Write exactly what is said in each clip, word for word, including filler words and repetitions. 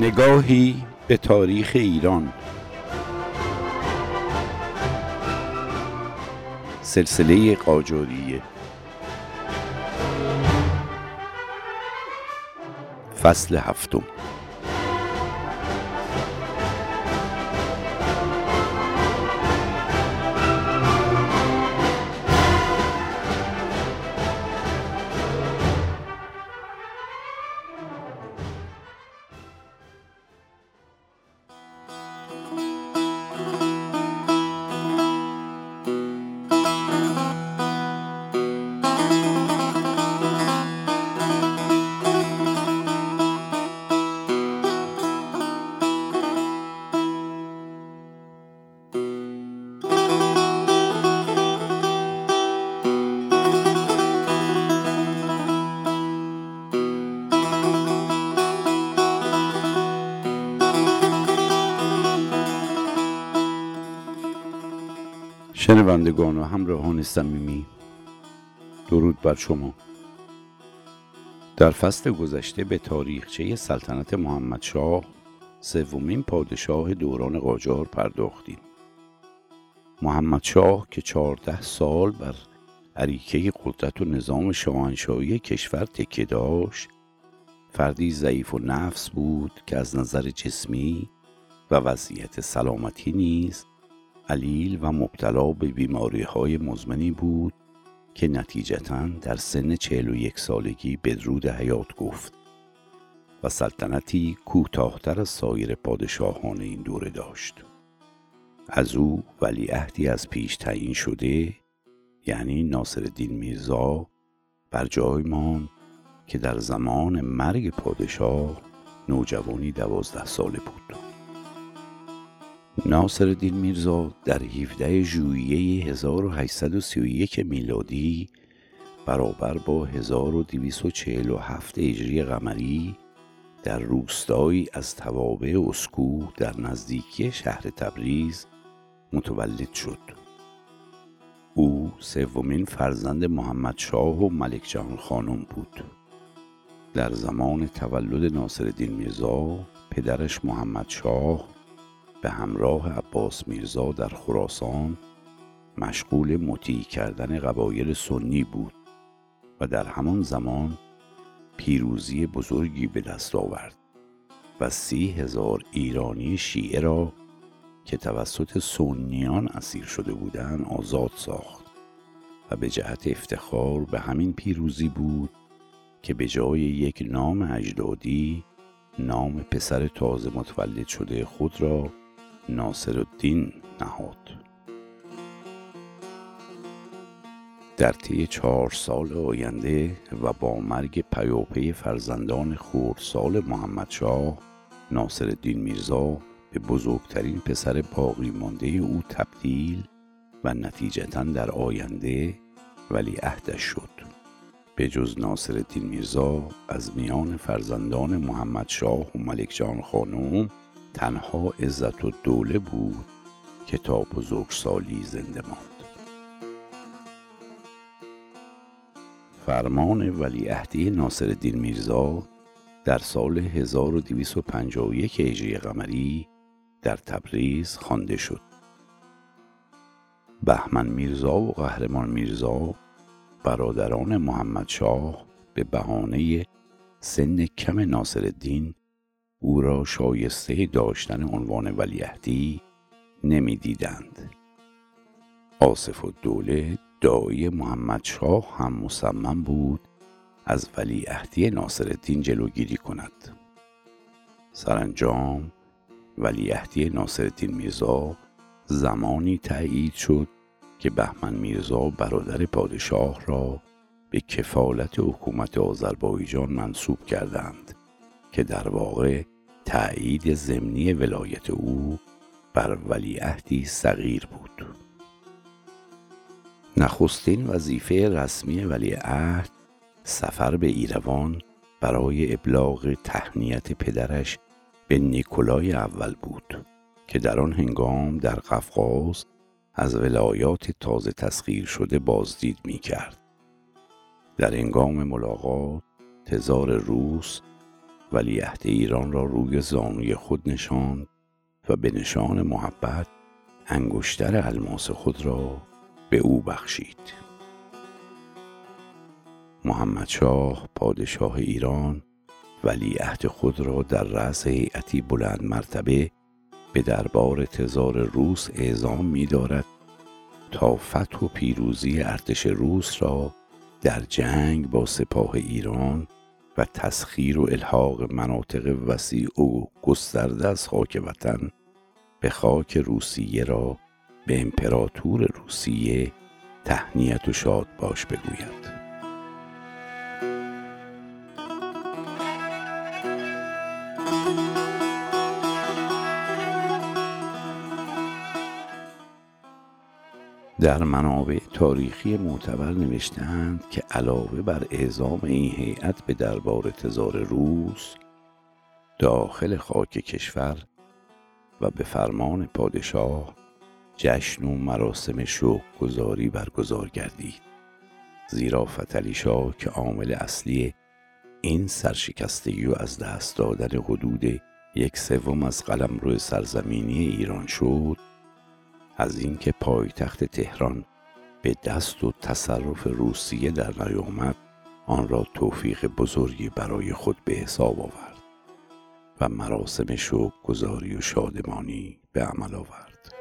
نگاهی به تاریخ ایران. سلسله قاجاریه، فصل هفتم. شنوندگان و همراهان صمیمی، درود بر شما. در فصل گذشته به تاریخچه سلطنت محمدشاه، سومین پادشاه دوران قاجار پرداختیم. محمدشاه که چهارده سال بر اریکه قدرت و نظام شاهنشاهی کشور تکیه داشت، فردی ضعیف و نفس بود که از نظر جسمی و وضعیت سلامتی نیز علیل و مبتلا به بیماری‌های مزمنی بود که نتیجتاً در سن چهل و یک سالگی بدرود حیات گفت و سلطنتی کوتاه‌تر از سایر پادشاهان این دوره داشت. از او ولیعهدی از پیش تعیین شده، یعنی ناصرالدین میرزا، بر جای ماند که در زمان مرگ پادشاه نوجوانی دوازده ساله بود. ناصرالدین میرزا در هفدهم ژوئیه هزار و هشتصد و سی و یک میلادی برابر با هزار و دویست و چهل و هفت هجری قمری در روستایی از توابع اسکو در نزدیکی شهر تبریز متولد شد. او سومین فرزند محمدشاه و ملک جهان خانم بود. در زمان تولد ناصرالدین میرزا، پدرش محمدشاه به همراه عباس میرزا در خراسان مشغول مطیع کردن قبایل سنی بود و در همان زمان پیروزی بزرگی به دست آورد و سی هزار ایرانی شیعه را که توسط سنیان اسیر شده بودند آزاد ساخت و به جهت افتخار به همین پیروزی بود که به جای یک نام اجدادی نام پسر تازه متولد شده خود را ناصرالدین نهاد. در طی چهار سال آینده و با مرگ پیاپی فرزندان خردسال محمدشاه، ناصرالدین میرزا به بزرگترین پسر باقی مانده او تبدیل و نتیجتاً در آینده ولیعهدش شد. به جز ناصرالدین میرزا، از میان فرزندان محمدشاه و ملک جهان خانم تنها عزت الدوله بود که تا بزرگسالی زنده ماند. فرمان ولیعهدی ناصرالدین میرزا در سال هزار و دویست و پنجاه و یک هجری قمری در تبریز خوانده شد. بهمن میرزا و قهرمان میرزا، برادران محمدشاه، به بهانه سن کم ناصرالدین او را شایسته داشتن عنوان ولیعهدی نمی دیدند. آصف الدوله داعی محمدشاه هم مصمم بود از ولیعهدی ناصرالدین جلوگیری کند. سرانجام ولیعهدی ناصرالدین میرزا زمانی تأیید شد که بهمن میرزا برادر پادشاه را به کفالت حکومت آذربایجان منصوب کردند که در واقع تأیید ضمنی ولایت او بر ولیعهدی صغیر بود. نخستین وظیفه رسمی ولیعهد سفر به ایروان برای ابلاغ تهنیت پدرش به نیکولای اول بود که در آن هنگام در قفقاز از ولایات تازه تسخیر شده بازدید می کرد. در هنگام ملاقات تزار روس ولیعهد ایران را روی زانوی خود نشاند و به نشان محبت انگشتر الماس خود را به او بخشید. محمدشاه پادشاه ایران ولیعهد خود را در رأس هیئتی بلند مرتبه به دربار تزار روس اعزام می دارد تا فتح و پیروزی ارتش روس را در جنگ با سپاه ایران و تسخیر و الحاق مناطق وسیع و گسترده از خاک وطن به خاک روسیه را به امپراتور روسیه تهنیت و شادباش بگوید. در منابع تاریخی معتبر نوشته‌اند که علاوه بر اعزام این هیئت به دربار تزار روس داخل خاک کشور و به فرمان پادشاه جشن و مراسم شکرگزاری برگزار گردید، زیرا فتحعلی شاه که عامل اصلی این سرشکستگی و از دست دادن حدود یک سوم از قلمرو سرزمینی ایران شد، از اینکه پایتخت تهران به دست و تصرف روسیه در نیامد آن را توفیق بزرگی برای خود به حساب آورد و مراسم شکرگزاری و شادمانی به عمل آورد.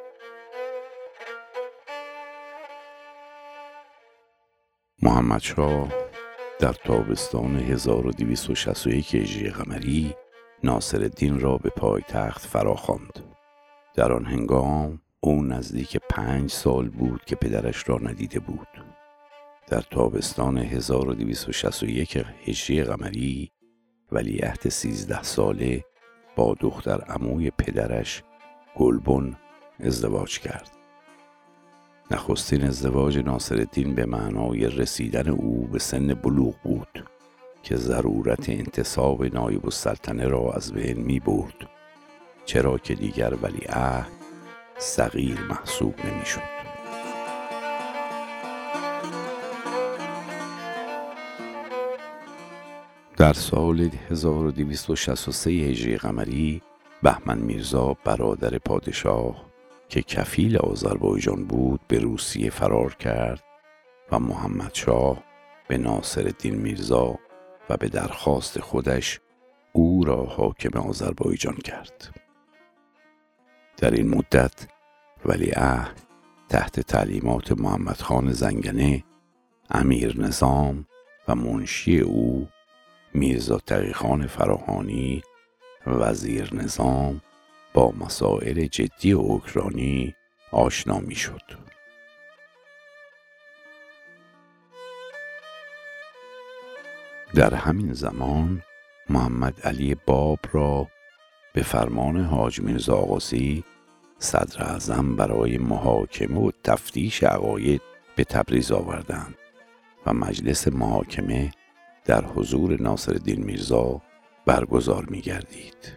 محمدشاه در تابستان هزار و دویست و شصت و یک هجری قمری ناصرالدین را به پایتخت فراخواند. در آن هنگام او نزدیک پنج سال بود که پدرش را ندیده بود. در تابستان هزار و دویست و شصت و یک هجری قمری ولیعهد سیزده ساله با دختر عموی پدرش گلبن ازدواج کرد. نخستین ازدواج ناصرالدین به معنای رسیدن او به سن بلوغ بود که ضرورت انتصاب نایب السلطنه را از بین می برد، چرا که دیگر ولیعهد صغیر محسوب نمی شد. در سال هزار و دویست و شصت و سه هجری قمری بهمن میرزا برادر پادشاه که کفیل آذربایجان بود به روسیه فرار کرد و محمدشاه به ناصرالدین میرزا و به درخواست خودش او را حاکم آذربایجان کرد. در این مدت ولیعهد تحت تعلیمات محمدخان زنگنه، امیر نظام و منشی او میرزا تقیخان فراهانی وزیر نظام با مسائل جدی اوکراینی آشنا می شد. در همین زمان محمد علی باب را به فرمان حاج میرزا آغاسی صدر اعظم برای محاکمه و تفتیش عقاید به تبریز آوردند و مجلس محاکمه در حضور ناصرالدین میرزا برگزار می گردید.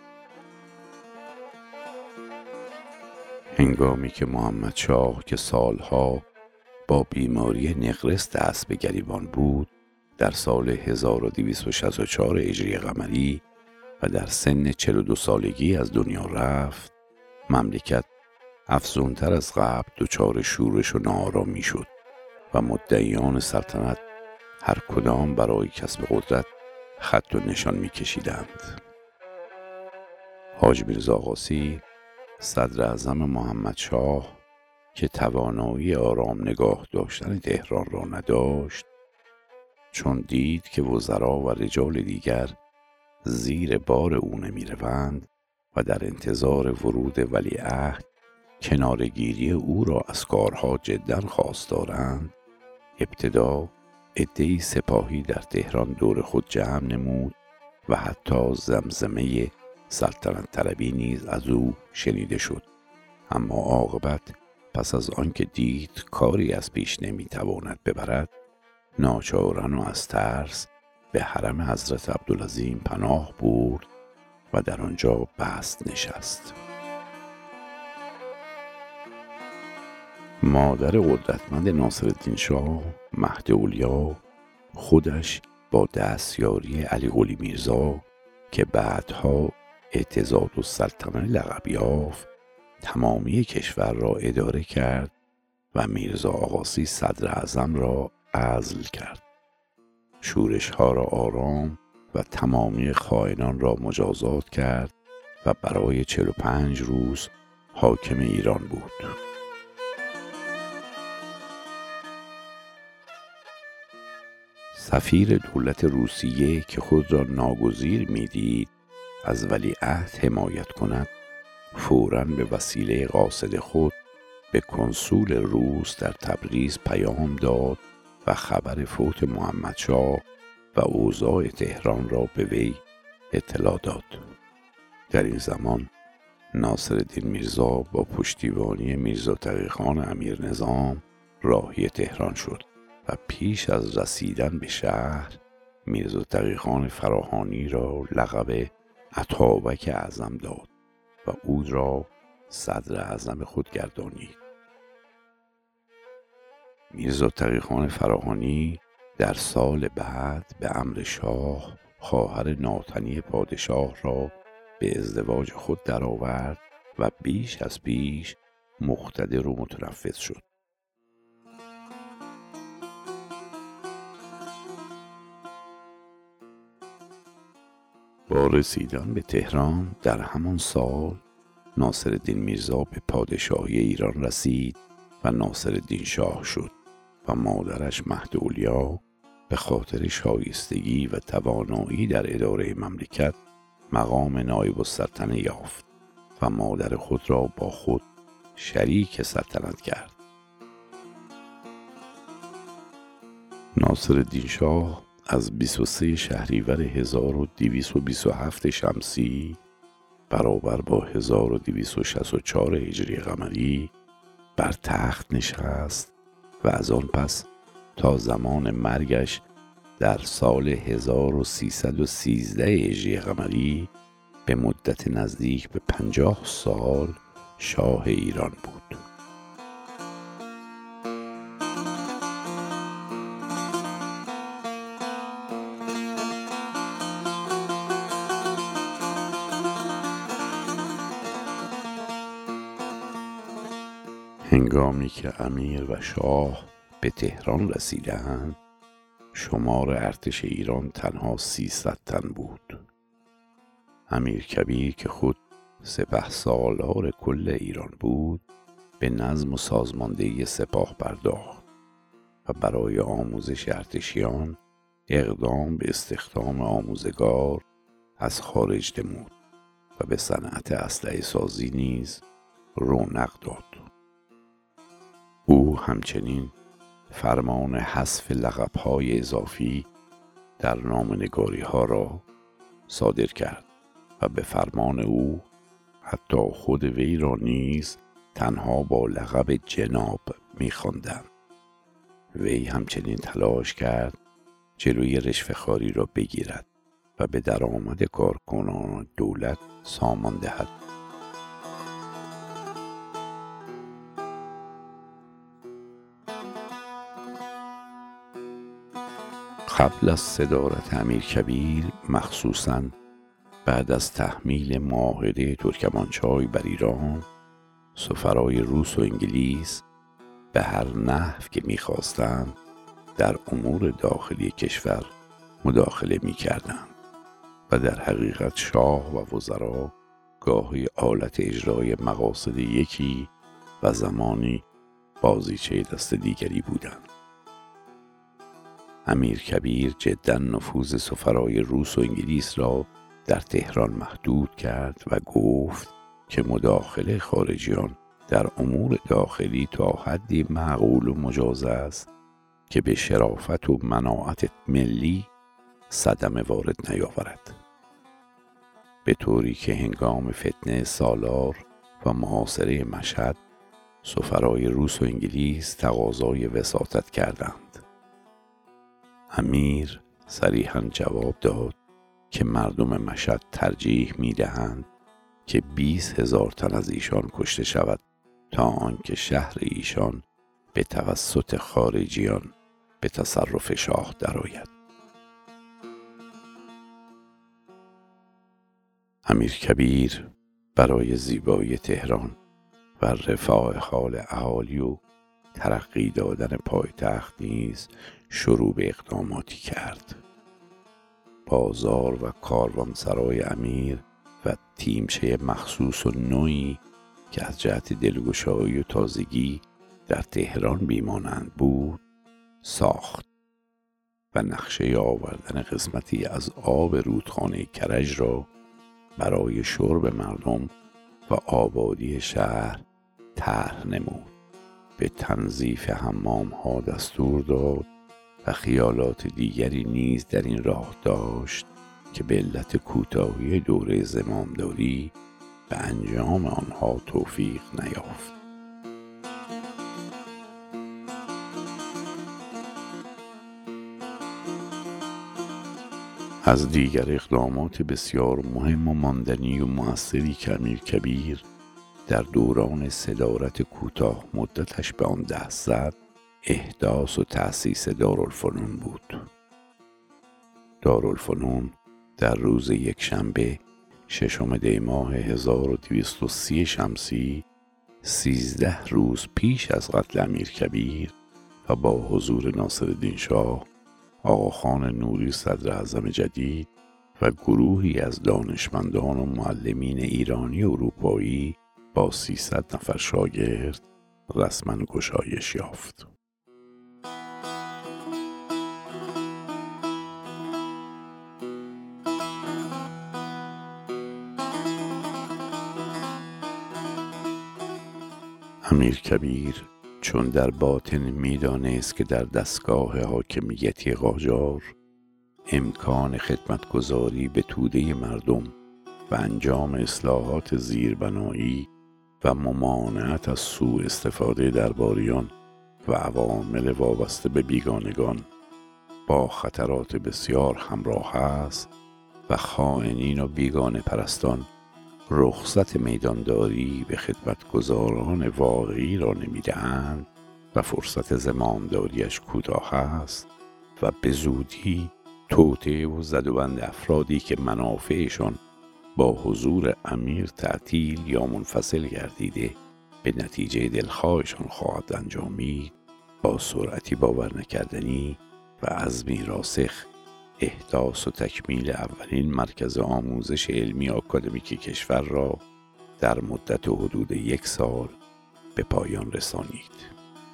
هنگامی که محمدشاه که سالها با بیماری نقرس دست به گریبان بود در سال هزار و دویست و شصت و چهار هجری قمری و در سن چهل و دو سالگی از دنیا رفت، مملکت افزونتر از قبل دچار شورش و ناآرامی شد و مدعیان سلطنت هر کدام برای کسب قدرت خط و نشان می کشیدند. حاج میرزا آغاسی صدر اعظم محمدشاه که توانایی آرام نگاه داشتن تهران را نداشت، چون دید که وزرا و رجال دیگر زیر بار او نمی روند و در انتظار ورود ولیعهد کنارگیری او را از کارها جدا خواستارند، ابتدا عده‌ای سپاهی در تهران دور خود جمع نمود و حتی زمزمه سلطنت طلبی نیز از او شنیده شد. اما عاقبت پس از آنکه دید کاری از پیش نمیتواند ببرد، ناچارن و از ترس به حرم حضرت عبدالعظیم پناه برد و در آنجا بست نشست. مادر قدرتمند ناصرالدین شاه، مهد اولیا، خودش با دستیاری علی قلی میرزا که بعدها اعتضاد السلطنه لقب یافت، تمامی کشور را اداره کرد و میرزا آقاسی صدر اعظم را عزل کرد. شورش ها را آرام و تمامی خائنان را مجازات کرد و برای چهل و پنج روز حاکم ایران بود. سفیر دولت روسیه که خود را ناگزیر می‌دید از ولیعهد حمایت کند، فوراً به وسیله قاصد خود به کنسول روس در تبریز پیام داد و خبر فوت محمدشاه و اوضاع تهران را به وی اطلاع داد. در این زمان ناصرالدین میرزا با پشتیبانی میرزا تقی‌خان امیر نظام راهی تهران شد و پیش از رسیدن به شهر میرزا تقی‌خان فراهانی را لقب اتابک اعظم داد و او را صدر اعظم خود گردانید. میرزا تقی‌خان فراهانی در سال بعد به امر شاه خواهر ناتنی پادشاه را به ازدواج خود درآورد و بیش از پیش مقتدر و متنفذ شد. با رسیدن به تهران در همان سال ناصرالدین میرزا به پادشاهی ایران رسید و ناصرالدین شاه شد و مادرش مهدولیا به خاطر شایستگی و توانایی در اداره مملکت مقام نایب السلطنه یافت و مادر خود را با خود شریک سلطنت کرد. ناصرالدین شاه از بیست و سوم شهریور هزار و دویست و بیست و هفت شمسی برابر با هزار و دویست و شصت و چهار هجری قمری بر تخت نشست و از آن پس تا زمان مرگش در سال هزار و سیصد و سیزده هجری قمری به مدت نزدیک به پنجاه سال شاه ایران بود. هنگامی که امیر و شاه به تهران رسیدند، شمار ارتش ایران تنها سیصد تن بود. امیر کبیر که خود سپهسالار کل ایران بود، به نظم و سازماندهی سپاه پرداخت و برای آموزش ارتشیان اقدام به استخدام آموزگار از خارج نمود و به صنعت اسلحه سازی نیز رونق داد. او همچنین فرمان حذف لقب‌های اضافی در نامه‌نگاری‌ها را صادر کرد و به فرمان او حتی خود وی را نیز تنها با لقب جناب می‌خواندند. وی همچنین تلاش کرد جلوی رشوه‌خواری را بگیرد و به درآمد کارکنان دولت سامان دهد. قبل از صدارت امیر کبیر، مخصوصاً بعد از تحمیل معاهده ترکمانچای بر ایران، سفرای روس و انگلیس به هر نحو که می‌خواستند در امور داخلی کشور مداخله می‌کردند و در حقیقت شاه و وزرا گاهی آلت اجرای مقاصد یکی و زمانی بازیچه دست دیگری بودند. امیر کبیر جداً نفوذ سفرای روس و انگلیس را در تهران محدود کرد و گفت که مداخله خارجیان در امور داخلی تا حدی معقول و مجاز است که به شرافت و مناعت ملی صدمه وارد نیاورد، به طوری که هنگام فتنه سالار و محاصره مشهد سفرای روس و انگلیس تقاضای وساطت کردند. امیر صریحاً جواب داد که مردم مشهد ترجیح می‌دهند که بیست هزار تن از ایشان کشته شود تا آنکه شهر ایشان به توسط خارجیان به تصرف شاه درآید. امیرکبیر برای زیبایی تهران و رفاه حال اهالی و ترقی دادن پایتخت نیز شروع به اقداماتی کرد. بازار و کاروانسرای امیر و تیمچه مخصوص و نوعی که از جهت دلگشایی و تازگی در تهران بیمانند بود ساخت و نقشه آوردن قسمتی از آب رودخانه کرج را برای شرب مردم و آبادی شهر طرح نمود. به تنظیف حمام ها دستور داد و خیالات دیگری نیز در این راه داشت که به علت کوتاهی دوره زمامداری به انجام آنها توفیق نیافت. از دیگر اقدامات بسیار مهم و ماندنی و مؤثری که امیرکبیر در دوران صدارت کوتاه مدتش به آن دست زد احداث و تأسیس دارالفنون بود. دارالفنون در روز یکشنبه ششم دی ماه هزار و دویست و سی شمسی سیزده روز پیش از قتل امیرکبیر و با حضور ناصرالدین شاه، آقاخان نوری صدر اعظم جدید و گروهی از دانشمندان و معلمین ایرانی و اروپایی با سیصد نفر شاگرد رسما گشایش یافت. امیرکبیر چون در باطن می‌دانست که در دستگاه حاکمیتی قاجار امکان خدمتگزاری به توده مردم و انجام اصلاحات زیربنایی و ممانعت از سوء استفاده درباریان و عوامل وابسته به بیگانگان با خطرات بسیار همراه است و خائنین و بیگانه پرستان رخصت میدانداری به خدمتگزاران واقعی را نمیدهند و فرصت زمامداریش کوتاه است و به زودی توطئه و زدوبند افرادی که منافعشان با حضور امیر تعطیل یا منفصل گردیده به نتیجه دلخواهشان خواهد انجامید با سرعتی باور نکردنی و عزمی راسخ احداث و تکمیل اولین مرکز آموزش علمی آکادمیک کشور را در مدت حدود یک سال به پایان رسانید.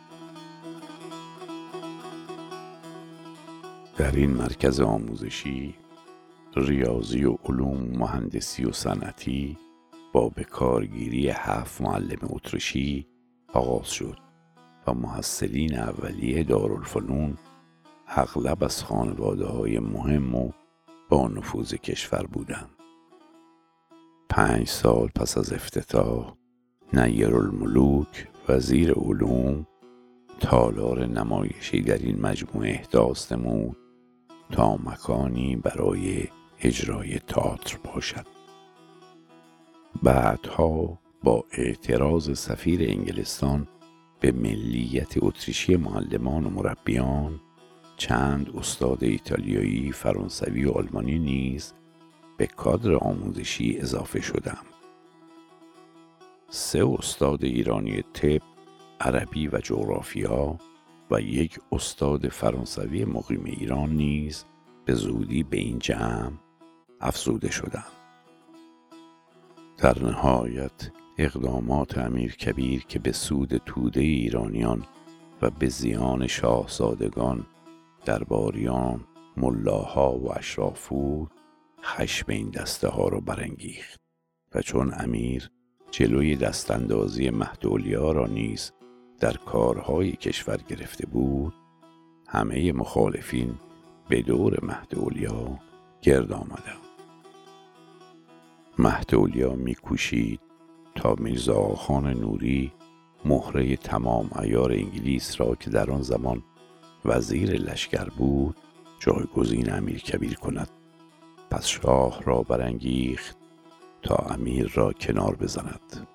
در این مرکز آموزشی ریاضی و علوم، مهندسی و صنعتی با بکارگیری هفت معلم اتریشی آغاز شد و محصلین اولیه دارالفنون اغلب از خانواده‌های مهم و با نفوذ کشور بودند. پنج سال پس از افتتاح، نیرالملوک وزیر علوم تالار نمایشی در این مجموعه احداث نمود تا مکانی برای اجرای تئاتر باشد. بعدها با اعتراض سفیر انگلستان به ملیت اتریشی معلمان و مربیان، چند استاد ایتالیایی، فرانسوی و آلمانی نیز به کادر آموزشی اضافه شدند. سه استاد ایرانی طب، عربی و جغرافیا و یک استاد فرانسوی مقیم ایران نیز به زودی به این جمع افزوده شدند. در نهایت اقدامات امیرکبیر که به سود توده ایرانیان و به زیان شاهزادگان، درباریان، ملاها و اشراف بود، خشم این دسته ها را برانگیخت و چون امیر جلوی دستاندازی مهدولیا را نیز در کارهای کشور گرفته بود، همه مخالفین به دور مهدولیا گرد آمدند. مهدولیا می‌کوشید تا میرزاخان نوری مهره تمام عیار انگلیس را که در آن زمان وزیر لشکر بود جایگزین امیرکبیر کند. پس شاه را برانگیخت تا امیر را کنار بزند.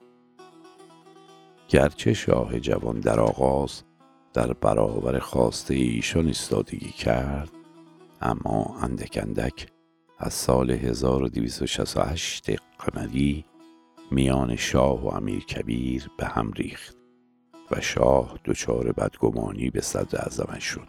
گرچه شاه جوان در آغاز در برابر خواسته ایشان ایستادگی کرد، اما اندک اندک از سال هزار و دویست و شصت و هشت قمری میان شاه و امیرکبیر به هم ریخت و شاه دچار بدگمانی به صدر اعظمش شد.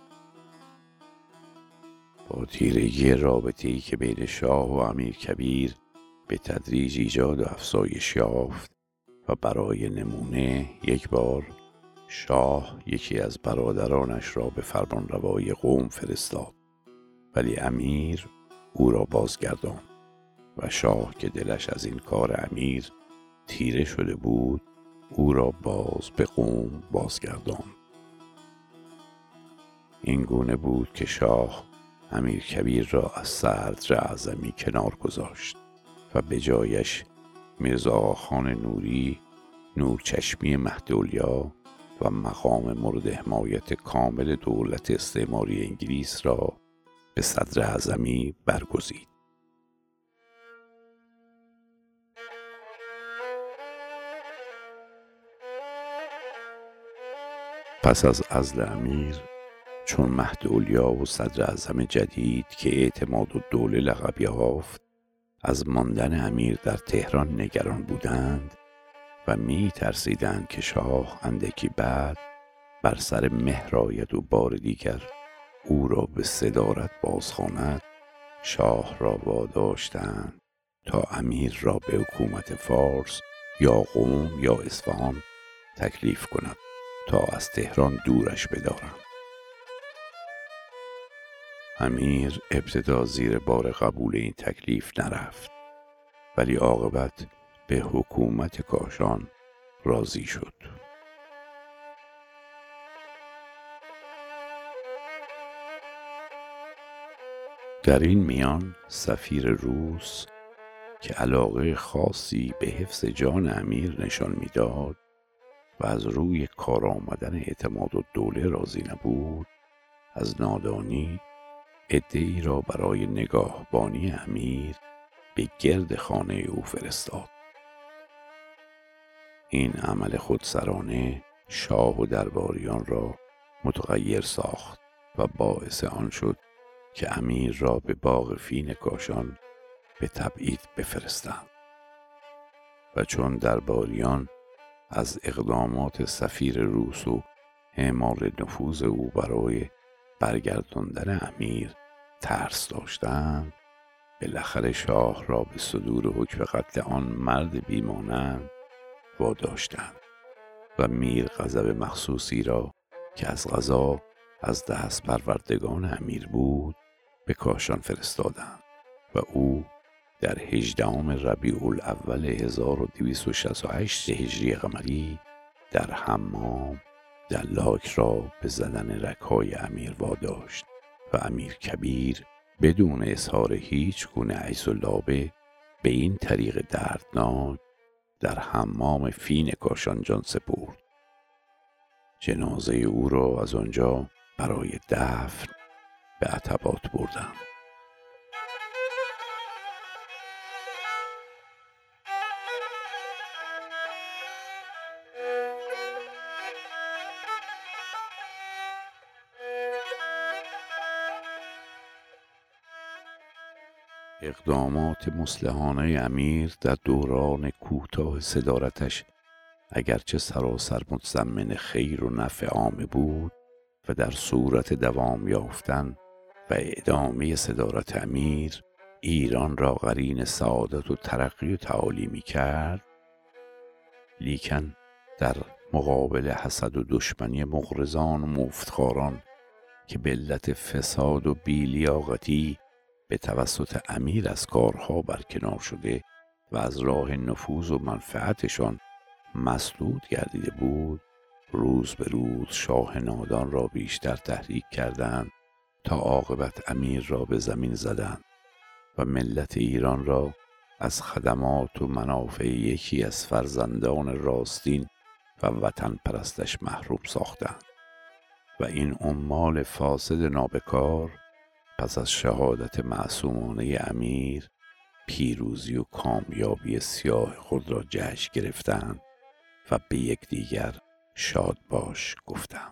با تیرگی رابطه‌ای که بین شاه و امیرکبیر به تدریج ایجاد و افزایش یافت و برای نمونه یک بار شاه یکی از برادرانش را به فرمانروای قوم فرستاد، ولی امیر او را بازگرداند و شاه که دلش از این کار امیر تیره شده بود او را باز به قوم بازگرداند. این گونه بود که شاه امیرکبیر را از صدر اعظمی کنار گذاشت و به جایش میرزا آقاخان نوری نورچشمی مهدولیا و مقام مورد حمایت کامل دولت استعماری انگلیس را به صدر اعظمی برگزید. پس از عزل امیر، چون مهدولیا و صدر اعظم جدید که اعتماد الدوله لقب یافت از ماندن امیر در تهران نگران بودند و می ترسیدند که شاه اندکی بعد بر سر مهر آید و بار دیگر او را به صدارت بازخواند، شاه را واداشتند تا امیر را به حکومت فارس یا قم یا اصفهان تکلیف کند تا از تهران دورش بدارند. امیر ابتدا زیر بار قبول این تکلیف نرفت، ولی عاقبت به حکومت کاشان راضی شد. در این میان سفیر روس که علاقه خاصی به حفظ جان امیر نشان میداد و از روی کار آمدن اعتماد الدوله راضی نبود، از نادانی عده‌ای را برای نگاهبانی امیر به گرد خانه او فرستاد. این عمل خودسرانه شاه و درباریان را متغیر ساخت و باعث آن شد که امیر را به باغ فین کاشان به تبعید بفرستند و چون درباریان از اقدامات سفیر روس و اعمال نفوذ او برای برگرداندن امیر ترس داشتند، بالاخره شاه را به صدور حکم قتل آن مرد بیمانند واداشتند و میر غضب مخصوصی را که از قضا از دست پروردگان امیر بود به کاشان فرستادند و او در هجدهم ربیع الاول هزار و دویست و شصت و هشت هجری قمری در حمام دلاک را به زدن رگ‌های امیر واداشت و امیرکبیر بدون اظهار هیچ گونه عجز و لابه به این طریق دردناک در حمام فین کاشان جان سپرد. جنازه او را از آنجا برای دفن به عتبات بردند. اقدامات مصلحانه امیر در دوران کوتاه صدارتش اگرچه سراسر متضمن خیر و نفع عامه بود و در صورت دوام یافتن و ادامه صدارت امیر ایران را قرین سعادت و ترقی و تعالی می کرد، لیکن در مقابل حسد و دشمنی مغرضان و مفتخاران که به علت فساد و بی‌لیاقتی به توسط امیر از کارها برکنار شده و از راه نفوذ و منفعتشان مسدود گردیده بود، روز به روز شاه نادان را بیشتر تحریک کردند تا عاقبت امیر را به زمین زدند و ملت ایران را از خدمات و منافع یکی از فرزندان راستین و وطن پرستش محروم ساختند و این عمال فاسد نابکار پس از شهادت معصومانه امیر پیروزی و کامیابی سیاه خود را جشن گرفتند و به یکدیگر شاد باش گفتند.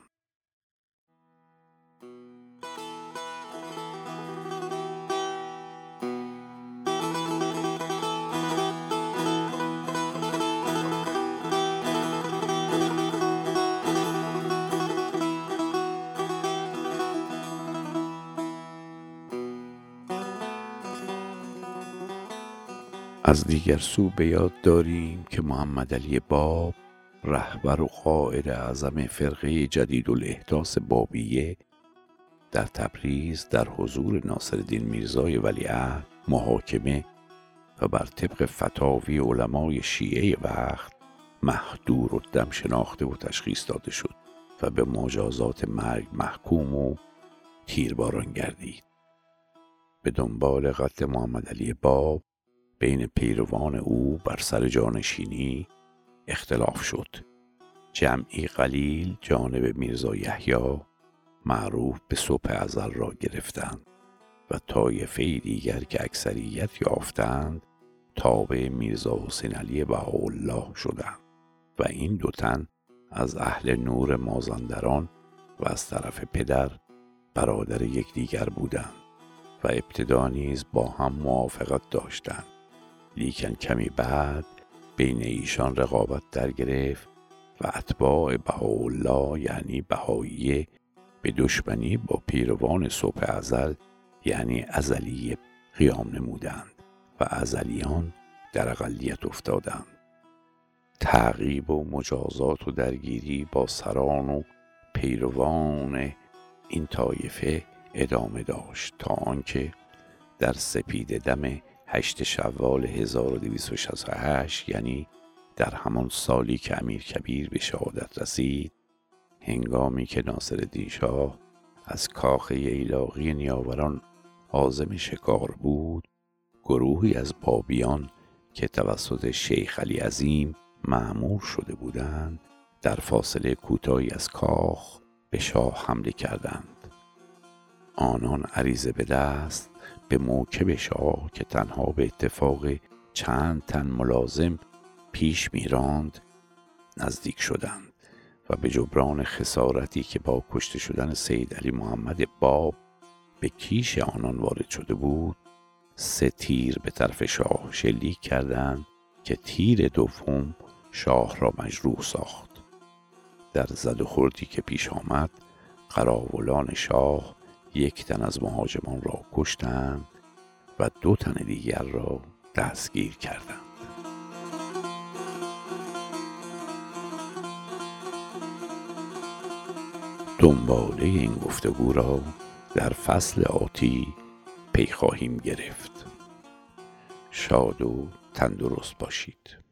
از دیگر سو به یاد داریم که محمد علی باب، رهبر و قائد اعظم فرقه جدیدالاحداث بابیه، در تبریز در حضور ناصرالدین میرزای ولیعهد محاکمه و بر طبق فتاوی علمای شیعه وقت مهدور الدم شناخته و تشخیص داده شد و به مجازات مرگ محکوم و تیرباران گردید. به دنبال قتل محمد علی باب بین پیروان او بر سر جانشینی اختلاف شد. جمعی قلیل جانب میرزا یحیی معروف به صبح ازل را گرفتند و طایفه دیگر که اکثریت یافتند تابع میرزا حسین علی بهاءالله شدند و این دو تن از اهل نور مازندران و از طرف پدر برادر یکدیگر بودند و ابتدا نیز با هم موافقت داشتند، لیکن کمی بعد بین ایشان رقابت در گرفت و اتباع بهاءالله یعنی بهائیه به دشمنی با پیروان صبح ازل یعنی ازلیه قیام نمودند و ازلیان در اقلیت افتادند. تعقیب و مجازات و درگیری با سران و پیروان این طایفه ادامه داشت تا آنکه در سپید دم هشت شوال هزار و دویست و شصت و هشت یعنی در همان سالی که امیرکبیر به شهادت رسید، هنگامی که ناصرالدین شاه از کاخ ییلاقی نیاوران عازم شکار بود، گروهی از بابیان که توسط شیخ علی عظیم مأمور شده بودند در فاصله کوتاهی از کاخ به شاه حمله کردند. آنان عریضه به دست به موکب شاه که تنها به اتفاق چند تن ملازم پیش میراند نزدیک شدند و به جبران خسارتی که با کشته شدن سید علی محمد باب به کیش آنان وارد شده بود، سه تیر به طرف شاه شلیک کردند که تیر دوم شاه را مجروح ساخت. در زد و خوردی که پیش آمد، قراولان شاه یک تن از مهاجمان را کشتند و دو تن دیگر را دستگیر کردند. دنباله این گفتگو را در فصل آتی پی خواهیم گرفت. شاد و تندرست باشید.